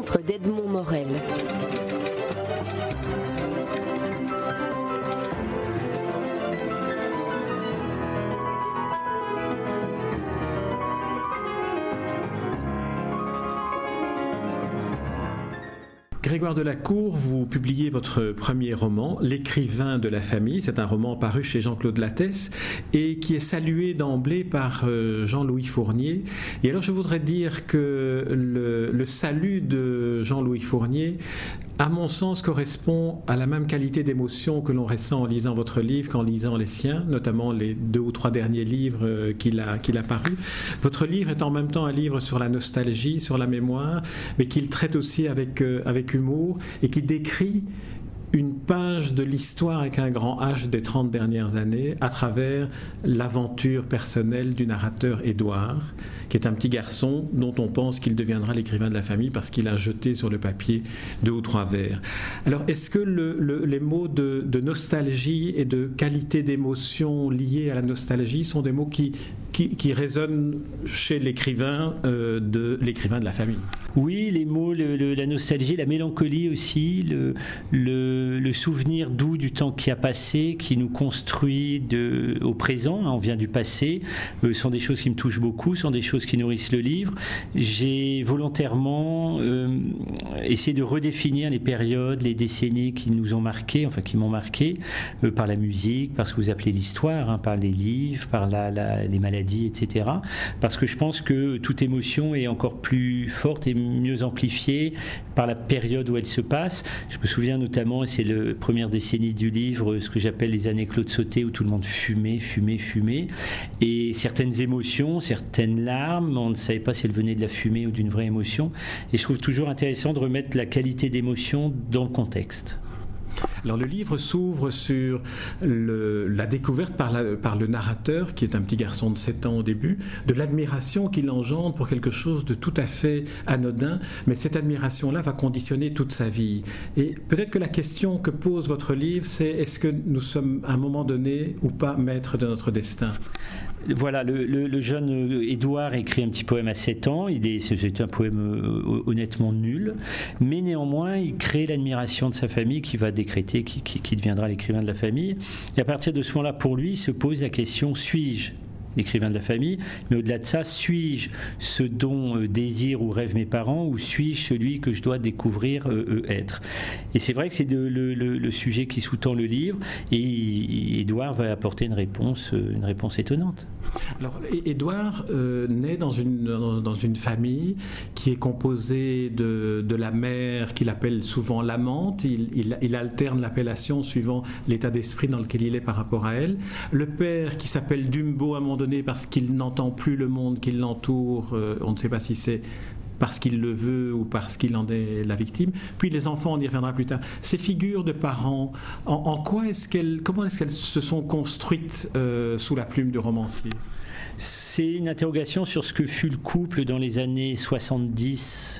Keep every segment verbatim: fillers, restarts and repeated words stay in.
Centre d'Edmond Morel. Grégoire Delacour, vous publiez votre premier roman, L'écrivain de la famille. C'est un roman paru chez Jean-Claude Lattès et qui est salué d'emblée par euh, Jean-Louis Fournier. Et alors je voudrais dire que le, le salut de Jean-Louis Fournier, à mon sens, correspond à la même qualité d'émotion que l'on ressent en lisant votre livre qu'en lisant les siens, notamment les deux ou trois derniers livres euh, qu'il a, qu'il a parus. Votre livre est en même temps un livre sur la nostalgie, sur la mémoire, mais qu'il traite aussi avec, euh, avec humour et qui décrit une page de l'histoire avec un grand H des trente dernières années à travers l'aventure personnelle du narrateur Édouard, qui est un petit garçon dont on pense qu'il deviendra l'écrivain de la famille parce qu'il a jeté sur le papier deux ou trois vers. Alors, est-ce que le, le, les mots de, de nostalgie et de qualité d'émotion liés à la nostalgie sont des mots qui, qui, qui résonnent chez l'écrivain euh, de l'écrivain de la famille? Oui, les mots, le, le, la nostalgie, la mélancolie aussi, le, le, le souvenir doux du temps qui a passé, qui nous construit de, au présent, hein, on vient du passé, euh, sont des choses qui me touchent beaucoup, sont des choses qui nourrissent le livre. J'ai volontairement euh, essayé de redéfinir les périodes, les décennies qui nous ont marqués, enfin qui m'ont marqué, euh, par la musique, par ce que vous appelez l'histoire, hein, par les livres, par la, la, les maladies, et cetera. Parce que je pense que toute émotion est encore plus forte et mieux amplifiée par la période où elle se passe. Je me souviens notamment, c'est la première décennie du livre, ce que j'appelle les années Claude Sauté, où tout le monde fumait, fumait, fumait. Et certaines émotions, certaines larmes, on ne savait pas si elles venaient de la fumée ou d'une vraie émotion. Et je trouve toujours intéressant de remettre la qualité d'émotion dans le contexte. Alors le livre s'ouvre sur le, la découverte par, la, par le narrateur, qui est un petit garçon de sept ans au début, de l'admiration qu'il engendre pour quelque chose de tout à fait anodin, mais cette admiration-là va conditionner toute sa vie. Et peut-être que la question que pose votre livre, c'est est-ce que nous sommes à un moment donné ou pas maîtres de notre destin ? Voilà, le, le, le jeune Édouard écrit un petit poème à sept ans, il est, c'est un poème euh, honnêtement nul, mais néanmoins il crée l'admiration de sa famille qui va décréter qui, qui, qui deviendra l'écrivain de la famille. Et à partir de ce moment-là, pour lui, il se pose la question, suis-je l'écrivain de la famille, mais au-delà de ça, suis-je ce dont euh, désirent ou rêvent mes parents, ou suis-je celui que je dois découvrir euh, être? Et c'est vrai que c'est de, le, le, le sujet qui sous-tend le livre, et Édouard va apporter une réponse, une réponse étonnante. Alors, Édouard euh, naît dans une, dans, dans une famille qui est composée de, de la mère qu'il appelle souvent l'amante, il, il, il alterne l'appellation suivant l'état d'esprit dans lequel il est par rapport à elle, le père qui s'appelle Dumbo à un moment donné parce qu'il n'entend plus le monde qui l'entoure, euh, on ne sait pas si c'est parce qu'il le veut ou parce qu'il en est la victime. Puis les enfants, on y reviendra plus tard. Ces figures de parents, en, en quoi est-ce qu'elles, comment est-ce qu'elles se sont construites euh, sous la plume de romancier ? C'est une interrogation sur ce que fut le couple dans les années soixante-dix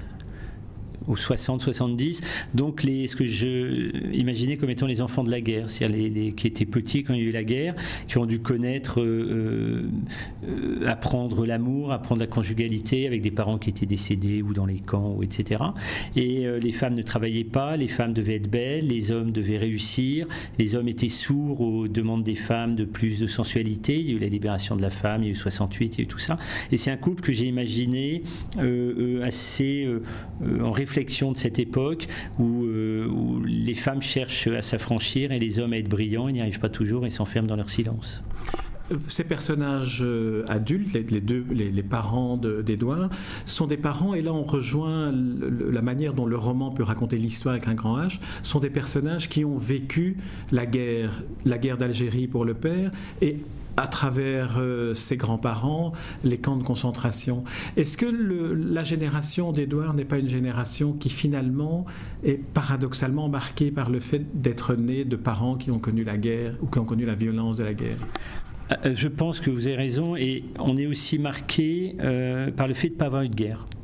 ou soixante soixante-dix, donc les, ce que je imaginais comme étant les enfants de la guerre, c'est-à-dire les, les, qui étaient petits quand il y a eu la guerre, qui ont dû connaître, euh, euh, apprendre l'amour, apprendre la conjugalité avec des parents qui étaient décédés ou dans les camps, ou et cetera. Et euh, les femmes ne travaillaient pas, les femmes devaient être belles, les hommes devaient réussir, les hommes étaient sourds aux demandes des femmes de plus de sensualité, il y a eu la libération de la femme, il y a eu soixante-huit, il y a eu tout ça. Et c'est un couple que j'ai imaginé euh, euh, assez euh, euh, en réflexion de cette époque où, euh, où les femmes cherchent à s'affranchir et les hommes à être brillants, ils n'y arrivent pas toujours et s'enferment dans leur silence. Ces personnages euh, adultes, les, les deux, les, les parents de, d'Édouard, sont des parents, et là on rejoint le, le, la manière dont le roman peut raconter l'histoire avec un grand H, sont des personnages qui ont vécu la guerre, la guerre d'Algérie pour le père, et à travers euh, ses grands-parents, les camps de concentration. Est-ce que le, la génération d'Édouard n'est pas une génération qui finalement est paradoxalement marquée par le fait d'être né de parents qui ont connu la guerre ou qui ont connu la violence de la guerre ? Je pense que vous avez raison, et on est aussi marqué euh, par le fait de ne pas avoir eu de guerre.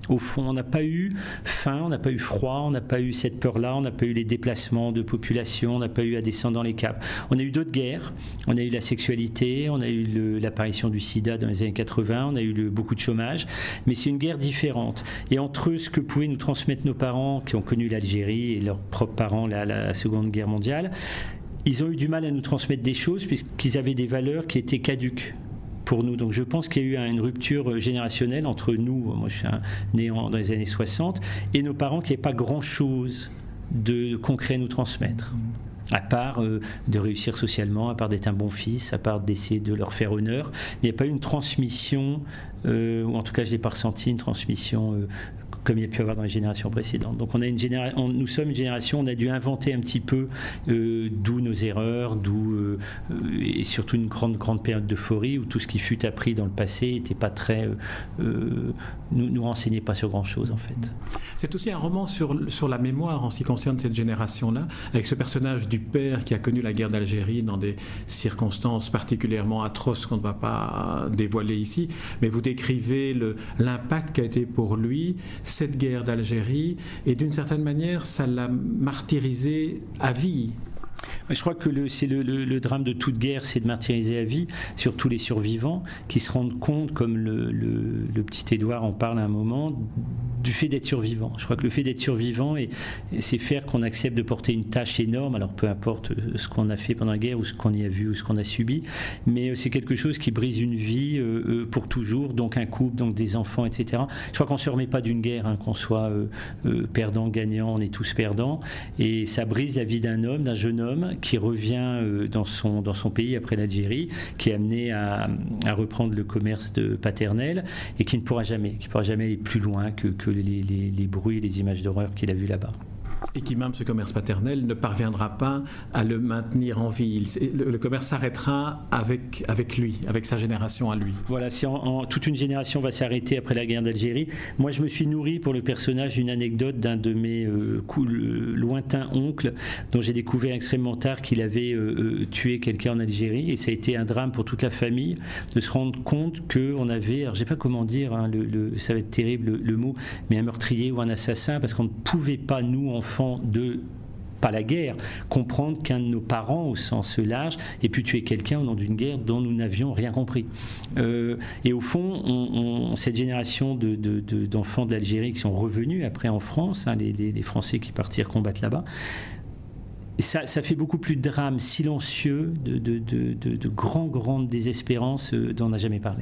Au fond, on n'a pas eu faim, on n'a pas eu froid, on n'a pas eu cette peur-là, on n'a pas eu les déplacements de population, on n'a pas eu à descendre dans les caves. On a eu d'autres guerres, on a eu la sexualité, on a eu le, l'apparition du sida dans les années quatre-vingts, on a eu le, beaucoup de chômage, mais c'est une guerre différente. Et entre ce que pouvaient nous transmettre nos parents qui ont connu l'Algérie et leurs propres parents la, la Seconde Guerre mondiale, ils ont eu du mal à nous transmettre des choses puisqu'ils avaient des valeurs qui étaient caduques pour nous. Donc je pense qu'il y a eu une rupture générationnelle entre nous, moi je suis un, né en, dans les années soixante, et nos parents qui n'avaient pas grand-chose de concret à nous transmettre. À part euh, de réussir socialement, à part d'être un bon fils, à part d'essayer de leur faire honneur. Il n'y a pas eu une transmission, euh, ou en tout cas je n'ai pas ressenti une transmission euh, comme il y a pu avoir dans les générations précédentes. Donc on a une généra- on, nous sommes une génération, on a dû inventer un petit peu euh, d'où nos erreurs, d'où euh, et surtout une grande grande période d'euphorie où tout ce qui fut appris dans le passé n'était pas très euh, euh, nous nous renseignait pas sur grand chose en fait. C'est aussi un roman sur sur la mémoire en ce qui concerne cette génération-là, avec ce personnage du père qui a connu la guerre d'Algérie dans des circonstances particulièrement atroces qu'on ne va pas dévoiler ici, mais vous décrivez le, l'impact qu'a été pour lui cette guerre d'Algérie, et d'une certaine manière, ça l'a martyrisé à vie. Je crois que le, c'est le, le, le drame de toute guerre, c'est de martyriser à vie, surtout les survivants, qui se rendent compte, comme le, le, le petit Édouard en parle à un moment, du fait d'être survivant. Je crois que le fait d'être survivant, et, et c'est faire qu'on accepte de porter une tâche énorme, alors peu importe ce qu'on a fait pendant la guerre, ou ce qu'on y a vu, ou ce qu'on a subi, mais c'est quelque chose qui brise une vie euh, pour toujours, donc un couple, donc des enfants, et cetera. Je crois qu'on ne se remet pas d'une guerre, hein, qu'on soit euh, euh, perdant, gagnant, on est tous perdants, et ça brise la vie d'un homme, d'un jeune homme, qui revient dans son, dans son pays après l'Algérie, qui est amené à, à reprendre le commerce de paternel et qui ne pourra jamais, qui ne pourra jamais aller plus loin que, que les, les, les bruits et les images d'horreur qu'il a vues là-bas. Et qui, même ce commerce paternel, ne parviendra pas à le maintenir en vie. Il, le, le commerce s'arrêtera avec, avec lui, avec sa génération à lui. Voilà, si en, en, toute une génération va s'arrêter après la guerre d'Algérie. Moi, je me suis nourri pour le personnage d'une anecdote d'un de mes euh, cool, euh, lointains oncles, dont j'ai découvert extrêmement tard qu'il avait euh, tué quelqu'un en Algérie. Et ça a été un drame pour toute la famille de se rendre compte qu'on avait, alors je ne sais pas comment dire, hein, le, le, ça va être terrible le, le mot, mais un meurtrier ou un assassin, parce qu'on ne pouvait pas, nous, enfants, de pas la guerre, comprendre qu'un de nos parents au sens large ait pu tuer quelqu'un au nom d'une guerre dont nous n'avions rien compris. Euh, et au fond, on, on, cette génération de, de, de, d'enfants d'Algérie qui sont revenus après en France, hein, les, les, les Français qui partirent combattre là-bas, Ça, ça fait beaucoup plus de drames silencieux, de, de, de, de, de grands, grandes désespérances euh, dont on n'a jamais parlé.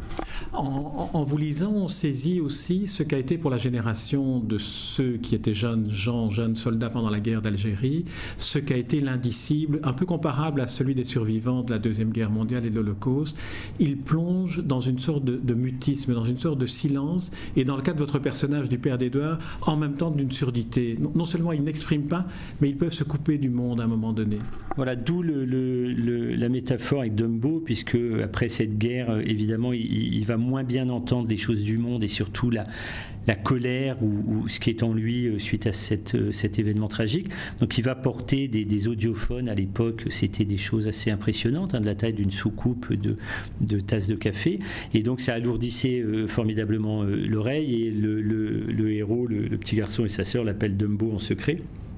En, en, en vous lisant, on saisit aussi ce qu'a été pour la génération de ceux qui étaient jeunes gens, jeunes soldats pendant la guerre d'Algérie, ce qu'a été l'indicible, un peu comparable à celui des survivants de la Deuxième Guerre mondiale et de l'Holocauste. Il plonge dans une sorte de, de mutisme, dans une sorte de silence, et dans le cas de votre personnage du père d'Édouard, en même temps d'une surdité. Non, non seulement ils n'expriment pas, mais ils peuvent se couper du monde à un moment donné. Voilà, d'où le, le, le, la métaphore avec Dumbo, puisque après cette guerre, évidemment, il, il va moins bien entendre les choses du monde et surtout la, la colère ou, ou ce qui est en lui suite à cette, cet événement tragique. Donc il va porter des, des audiophones. À l'époque, c'était des choses assez impressionnantes, hein, de la taille d'une soucoupe de, de tasses de café. Et donc ça alourdissait euh, formidablement euh, l'oreille, et le, le, le héros, le, le petit garçon et sa sœur l'appellent Dumbo en secret.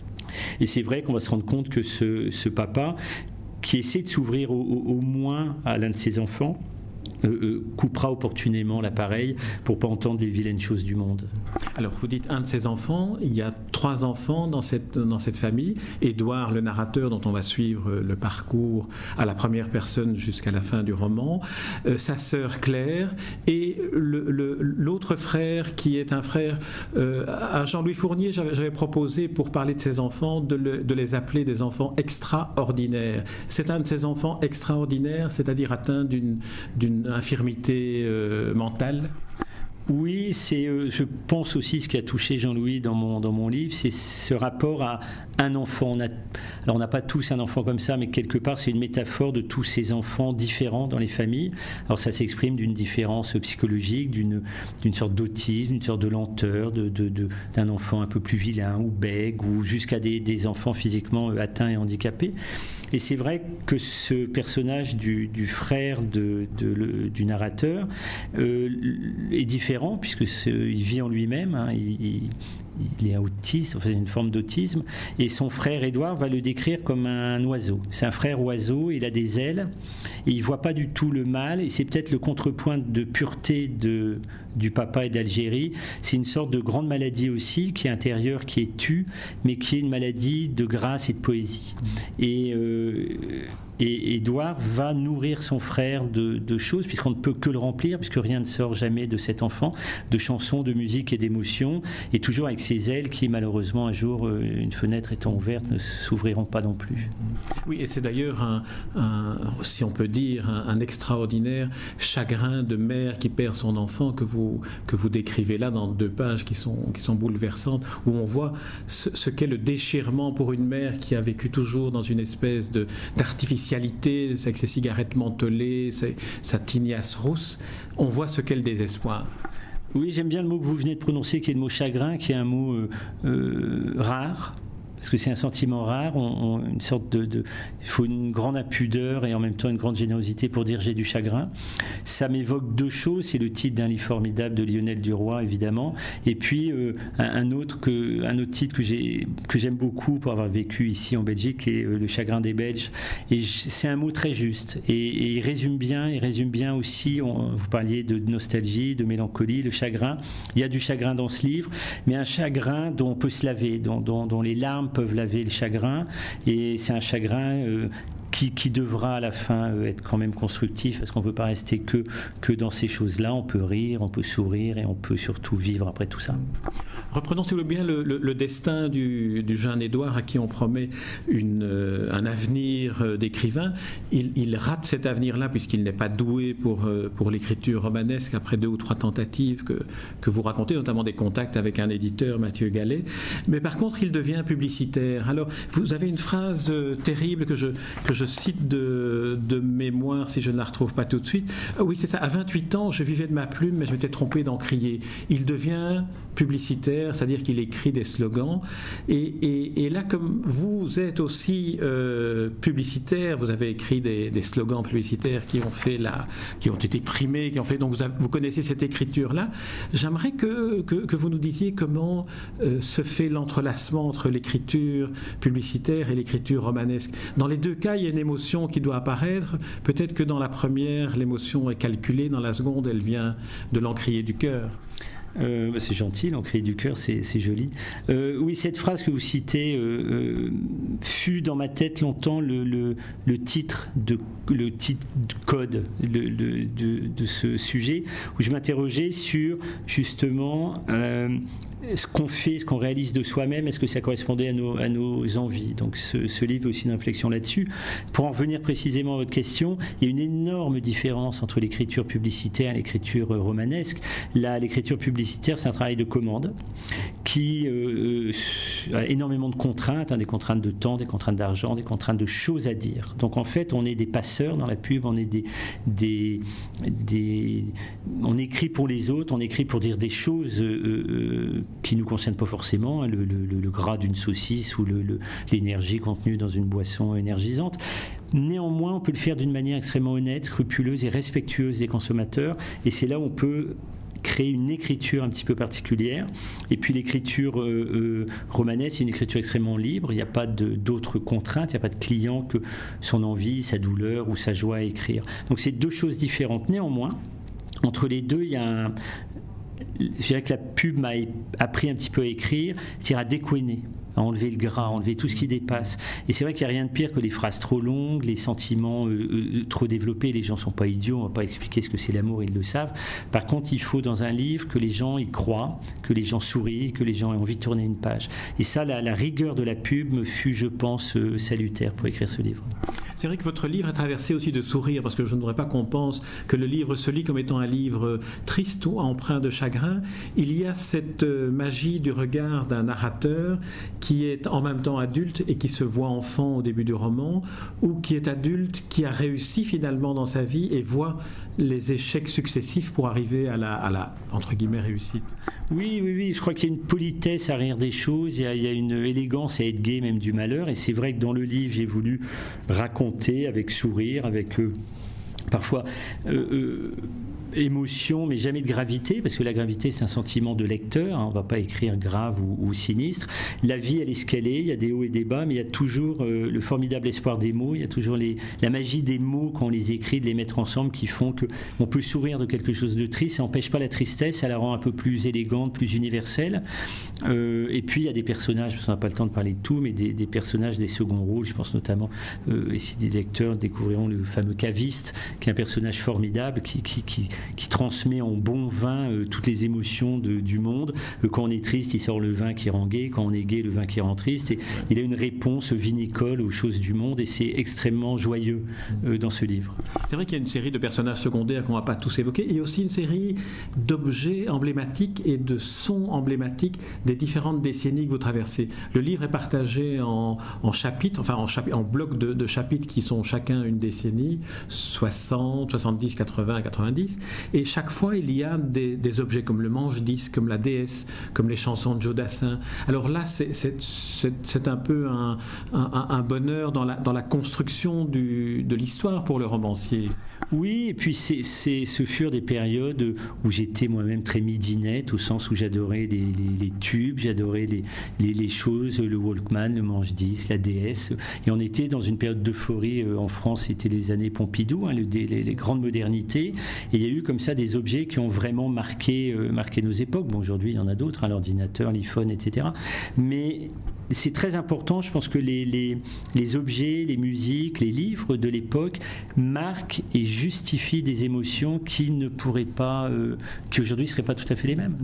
Et c'est vrai qu'on va se rendre compte que ce, ce papa, qui essaie de s'ouvrir au, au, au moins à l'un de ses enfants, Euh, euh, coupera opportunément l'appareil pour ne pas entendre les vilaines choses du monde. Alors vous dites un de ses enfants, il y a trois enfants dans cette, dans cette famille. Édouard, le narrateur dont on va suivre le parcours à la première personne jusqu'à la fin du roman, euh, sa sœur Claire et le, le, l'autre frère qui est un frère euh, à Jean-Louis Fournier. J'avais, j'avais proposé pour parler de ses enfants de, le, de les appeler des enfants extraordinaires. C'est un de ces enfants extraordinaires, c'est-à-dire atteint d'une, d'une infirmité euh, mentale. Oui, c'est, euh, je pense aussi ce qui a touché Jean-Louis dans mon, dans mon livre, c'est ce rapport à un enfant. On a, alors on n'a pas tous un enfant comme ça, mais quelque part c'est une métaphore de tous ces enfants différents dans les familles. Alors ça s'exprime d'une différence psychologique, d'une, d'une sorte d'autisme, d'une sorte de lenteur, de, de, de, d'un enfant un peu plus vilain ou bègue, ou jusqu'à des, des enfants physiquement atteints et handicapés. Et c'est vrai que ce personnage du, du frère de, de, le, du narrateur euh, est différent différent, puisque ce, il vit en lui-même, hein, il, il, il est autiste, enfin une forme d'autisme, et son frère Édouard va le décrire comme un oiseau. C'est un frère oiseau, il a des ailes, et il ne voit pas du tout le mal, et c'est peut-être le contrepoint de pureté de, du papa et d'Algérie. C'est une sorte de grande maladie aussi, qui est intérieure, qui est tue, mais qui est une maladie de grâce et de poésie. Et... Euh, Et Édouard va nourrir son frère de, de choses, puisqu'on ne peut que le remplir, puisque rien ne sort jamais de cet enfant, de chansons, de musique et d'émotions, et toujours avec ses ailes qui, malheureusement, un jour, une fenêtre étant ouverte, ne s'ouvriront pas non plus. Oui, et c'est d'ailleurs, un, un, si on peut dire, un, un extraordinaire chagrin de mère qui perd son enfant que vous, que vous décrivez là dans deux pages qui sont, qui sont bouleversantes, où on voit ce, ce qu'est le déchirement pour une mère qui a vécu toujours dans une espèce de, d'artificialité avec ses cigarettes mentholées, ses, sa tignasse rousse. On voit ce qu'est le désespoir. Oui, j'aime bien le mot que vous venez de prononcer, qui est le mot chagrin, qui est un mot euh, euh, rare. Parce que c'est un sentiment rare, on, on, une sorte de, de, il faut une grande impudeur et en même temps une grande générosité pour dire j'ai du chagrin. Ça m'évoque deux choses, c'est le titre d'un livre formidable de Lionel Duroy évidemment, et puis euh, un, un autre que, un autre titre que j'ai que j'aime beaucoup pour avoir vécu ici en Belgique, qui est euh, Le chagrin des Belges. Et c'est un mot très juste et, et il résume bien, il résume bien aussi. On, vous parliez de nostalgie, de mélancolie, le chagrin. Il y a du chagrin dans ce livre, mais un chagrin dont on peut se laver, dont, dont, dont les larmes peuvent laver le chagrin, et c'est un chagrin euh, qui, qui devra à la fin euh, être quand même constructif, parce qu'on ne peut pas rester que, que dans ces choses-là. On peut rire, on peut sourire, et on peut surtout vivre après tout ça. Reprenons s'il vous plaît bien le, le, le destin du, du jeune Édouard à qui on promet une, euh, un avenir euh, d'écrivain. Il, il rate cet avenir-là puisqu'il n'est pas doué pour, euh, pour l'écriture romanesque après deux ou trois tentatives que, que vous racontez, notamment des contacts avec un éditeur, Mathieu Gallet. Mais par contre, il devient publicitaire. Alors, vous avez une phrase euh, terrible que je, que je cite de, de mémoire, si je ne la retrouve pas tout de suite. Ah, oui, c'est ça. À vingt-huit ans, je vivais de ma plume, mais je m'étais trompé d'encrier. Il devient publicitaire, c'est-à-dire qu'il écrit des slogans. Et, et, et là, comme vous êtes aussi euh, publicitaire, vous avez écrit des, des slogans publicitaires qui ont fait la, qui ont été primés, qui ont fait. Donc vous, avez, vous connaissez cette écriture-là. J'aimerais que, que, que vous nous disiez comment euh, se fait l'entrelacement entre l'écriture publicitaire et l'écriture romanesque. Dans les deux cas, il y a une émotion qui doit apparaître. Peut-être que dans la première, l'émotion est calculée. Dans la seconde, elle vient de l'encrier du cœur. Euh, c'est gentil, l'encrier du cœur, c'est, c'est joli. Euh, oui, cette phrase que vous citez euh, euh, fut dans ma tête longtemps le, le, le titre de le titre de code le, le, de, de ce sujet, où je m'interrogeais sur justement euh, ce qu'on fait, ce qu'on réalise de soi-même, est-ce que ça correspondait à nos, à nos envies. Donc ce, ce livre est aussi une réflexion là-dessus. Pour en revenir précisément à votre question, il y a une énorme différence entre l'écriture publicitaire et l'écriture romanesque. Là, l'écriture publicitaire, c'est un travail de commande qui euh, a énormément de contraintes, hein, des contraintes de temps, des contraintes d'argent, des contraintes de choses à dire. Donc en fait, on est des passeurs dans la pub, on est des, des, des on écrit pour les autres, on écrit pour dire des choses euh, euh, qui ne nous concernent pas forcément, hein, le, le, le gras d'une saucisse ou le, le, l'énergie contenue dans une boisson énergisante. Néanmoins, on peut le faire d'une manière extrêmement honnête, scrupuleuse et respectueuse des consommateurs, et c'est là où on peut créer une écriture un petit peu particulière. Et puis l'écriture euh, euh, romanesque, c'est une écriture extrêmement libre, il n'y a pas de, d'autres contraintes, il n'y a pas de client que son envie, sa douleur ou sa joie à écrire. Donc c'est deux choses différentes. Néanmoins, entre les deux, il y a un... Je dirais que la pub m'a appris un petit peu à écrire, c'est-à-dire à découiner, à enlever le gras, à enlever tout ce qui dépasse. Et c'est vrai qu'il n'y a rien de pire que les phrases trop longues, les sentiments euh, euh, trop développés. Les gens ne sont pas idiots, on ne va pas expliquer ce que c'est l'amour, ils le savent. Par contre, il faut dans un livre que les gens y croient, que les gens sourient, que les gens aient envie de tourner une page. Et ça, la, la rigueur de la pub me fut, je pense, euh, salutaire pour écrire ce livre. C'est vrai que votre livre est traversé aussi de sourires, parce que je ne voudrais pas qu'on pense que le livre se lit comme étant un livre triste ou empreint de chagrin. Il y a cette magie du regard d'un narrateur qui est en même temps adulte et qui se voit enfant au début du roman, ou qui est adulte, qui a réussi finalement dans sa vie et voit les échecs successifs pour arriver à la, à la entre guillemets, réussite. Oui, oui, oui, je crois qu'il y a une politesse à rire des choses, il y a, il y a une élégance à être gai même du malheur, et c'est vrai que dans le livre, j'ai voulu raconter avec sourire, avec... Euh, parfois euh, euh, émotion, mais jamais de gravité, parce que la gravité, c'est un sentiment de lecteur, hein, on ne va pas écrire grave ou, ou sinistre. La vie, elle est ce qu'elle est, il y a des hauts et des bas, mais il y a toujours euh, le formidable espoir des mots, il y a toujours les, la magie des mots quand on les écrit, de les mettre ensemble, qui font qu'on peut sourire de quelque chose de triste, ça n'empêche pas la tristesse, ça la rend un peu plus élégante, plus universelle. Euh, et puis, il y a des personnages, parce qu'on n'a pas le temps de parler de tout, mais des, des personnages des seconds rôles, je pense notamment, euh, et si des lecteurs découvriront le fameux caviste, qui est un personnage formidable, qui, qui, qui qui transmet en bon vin euh, toutes les émotions de, du monde. Euh, quand on est triste, il sort le vin qui rend gai. Quand on est gai, le vin qui rend triste. Et il a une réponse vinicole aux choses du monde et c'est extrêmement joyeux euh, dans ce livre. C'est vrai qu'il y a une série de personnages secondaires qu'on ne va pas tous évoquer. Il y a aussi une série d'objets emblématiques et de sons emblématiques des différentes décennies que vous traversez. Le livre est partagé en, en chapitres, enfin en, chapi- en blocs de, de chapitres qui sont chacun une décennie, soixante, soixante-dix, quatre-vingts, quatre-vingt-dix. Et chaque fois, il y a des, des objets comme le manche-disque, comme la déesse, comme les chansons de Joe Dassin. Alors là, c'est, c'est, c'est, c'est un peu un, un, un bonheur dans la, dans la construction du, de l'histoire pour le romancier. Oui, et puis c'est, c'est, ce furent des périodes où j'étais moi-même très midinette, au sens où j'adorais les, les, les tubes, j'adorais les, les, les choses, le Walkman, le manche-disque, la déesse. Et on était dans une période d'euphorie en France, c'était les années Pompidou, hein, le, les, les grandes modernités. Et il y a eu comme ça des objets qui ont vraiment marqué, euh, marqué nos époques. Bon, aujourd'hui, il y en a d'autres, hein, l'ordinateur, l'iPhone, et cetera. Mais c'est très important, je pense que les, les, les objets, les musiques, les livres de l'époque marquent et justifient des émotions qui ne pourraient pas, euh, qui aujourd'hui ne seraient pas tout à fait les mêmes.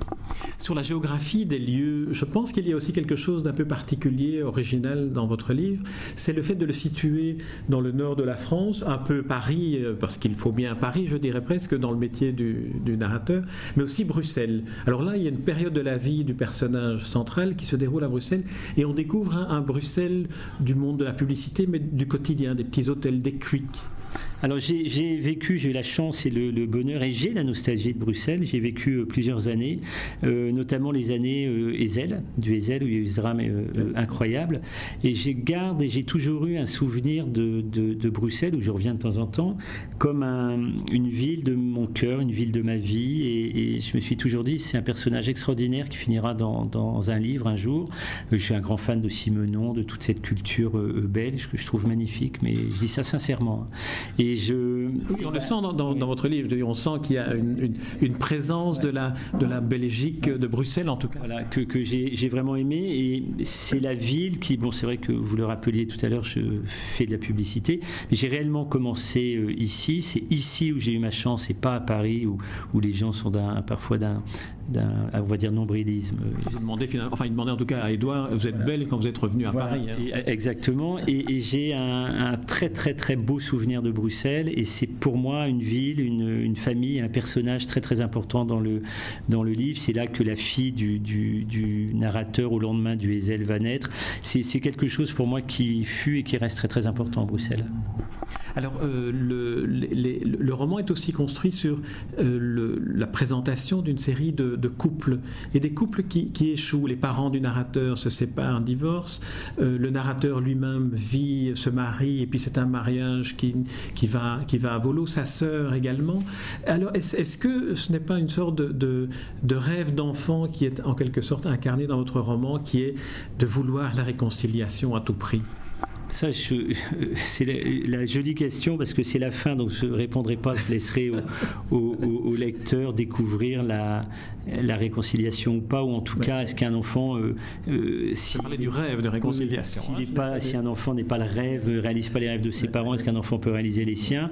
Sur la géographie des lieux, je pense qu'il y a aussi quelque chose d'un peu particulier, original dans votre livre. C'est le fait de le situer dans le nord de la France, un peu Paris, parce qu'il faut bien Paris, je dirais presque, dans le métier du, du narrateur, mais aussi Bruxelles. Alors là, il y a une période de la vie du personnage central qui se déroule à Bruxelles. Et on découvre un, un Bruxelles du monde de la publicité, mais du quotidien, des petits hôtels, des cuics. Alors j'ai, j'ai vécu, j'ai eu la chance et le, le bonheur et j'ai la nostalgie de Bruxelles. J'ai vécu euh, plusieurs années, euh, notamment les années euh, Ezel, du Ezel où il y a eu ce drame euh, euh, incroyable. Et je garde et j'ai toujours eu un souvenir de, de, de Bruxelles où je reviens de temps en temps comme un, une ville de mon cœur, une ville de ma vie. Et, et je me suis toujours dit c'est un personnage extraordinaire qui finira dans, dans un livre un jour. Euh, je suis un grand fan de Simenon, de toute cette culture euh, belge que je trouve magnifique, mais je dis ça sincèrement. Et je... Oui, on le sent dans, dans, dans votre livre. Je veux dire, on sent qu'il y a une, une, une présence de la, de la Belgique, de Bruxelles en tout cas. Voilà, que, que j'ai, j'ai vraiment aimé. Et c'est la ville qui, bon, c'est vrai que vous le rappeliez tout à l'heure, je fais de la publicité, mais j'ai réellement commencé euh, ici. C'est ici où j'ai eu ma chance et pas à Paris où, où les gens sont d'un, parfois d'un, d'un, on va dire, nombrilisme. Il demandait, enfin, il demandait en tout cas à Édouard, vous êtes voilà. Belle quand vous êtes revenu à voilà. Paris. Hein. Et, exactement. Et, et j'ai un, un très très très beau souvenir de Bruxelles. Et c'est pour moi une ville, une, une famille, un personnage très très important dans le, dans le livre. C'est là que la fille du, du, du narrateur au lendemain du Ezel va naître. C'est, c'est quelque chose pour moi qui fut et qui reste très très important à Bruxelles. Alors euh, le, les, le roman est aussi construit sur euh, le, la présentation d'une série de, de couples et des couples qui, qui échouent. Les parents du narrateur se séparent, divorcent. Euh, le narrateur lui-même vit, se marie et puis c'est un mariage qui, qui, va, qui va à volo. Sa sœur également. Alors est-ce, est-ce que ce n'est pas une sorte de, de, de rêve d'enfant qui est en quelque sorte incarné dans votre roman, qui est de vouloir la réconciliation à tout prix? Ça, je, c'est la, la jolie question parce que c'est la fin, donc je ne répondrai pas, je laisserai au, au, au, au lecteur découvrir la, la réconciliation ou pas, ou en tout ouais. cas, est-ce qu'un enfant... Euh, euh, si, parler du rêve de réconciliation. S'il hein, pas, si un enfant n'est pas le rêve, ne réalise pas les rêves de ses parents, est-ce qu'un enfant peut réaliser les siens?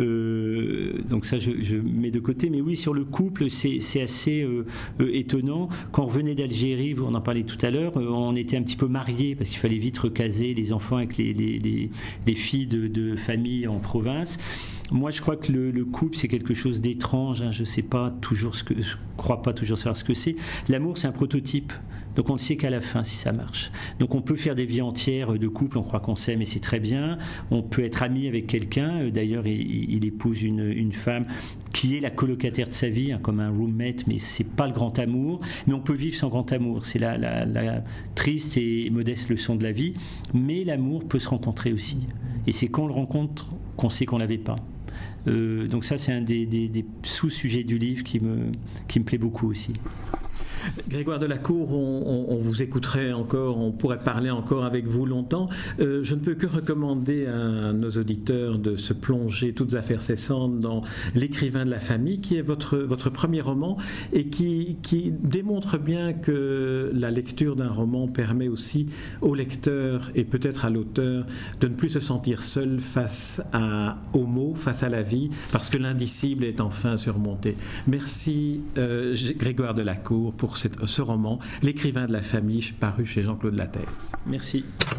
euh, Donc ça, je, je mets de côté. Mais oui, sur le couple, c'est, c'est assez euh, euh, étonnant. Quand on revenait d'Algérie, on en parlait tout à l'heure, euh, on était un petit peu mariés parce qu'il fallait vite recaser les enfants avec les, les, les, les filles de, de famille en province. Moi, je crois que le, le couple, c'est quelque chose d'étrange. Hein. Je ne sais pas toujours ce que, je crois pas toujours savoir ce que c'est. L'amour, c'est un prototype. Donc, on ne sait qu'à la fin si ça marche. Donc, on peut faire des vies entières de couple. On croit qu'on s'aime et c'est très bien. On peut être ami avec quelqu'un. D'ailleurs, il, il épouse une, une femme qui est la colocataire de sa vie, hein, comme un roommate, mais c'est pas le grand amour. Mais on peut vivre sans grand amour. C'est la, la, la triste et modeste leçon de la vie. Mais l'amour peut se rencontrer aussi. Et c'est quand on le rencontre qu'on sait qu'on l'avait pas. Euh, donc ça, c'est un des, des, des sous-sujets du livre qui me, qui me plaît beaucoup aussi. Grégoire Delacour, on, on, on vous écouterait encore, on pourrait parler encore avec vous longtemps. Euh, je ne peux que recommander à nos auditeurs de se plonger toutes affaires cessantes dans L'écrivain de la famille, qui est votre, votre premier roman et qui, qui démontre bien que la lecture d'un roman permet aussi au lecteur et peut-être à l'auteur de ne plus se sentir seul face à, aux mots, face à la vie, parce que l'indicible est enfin surmonté. Merci euh, Grégoire Delacour pour cette, ce roman, L'écrivain de la famille, paru chez Jean-Claude Lattès. Merci.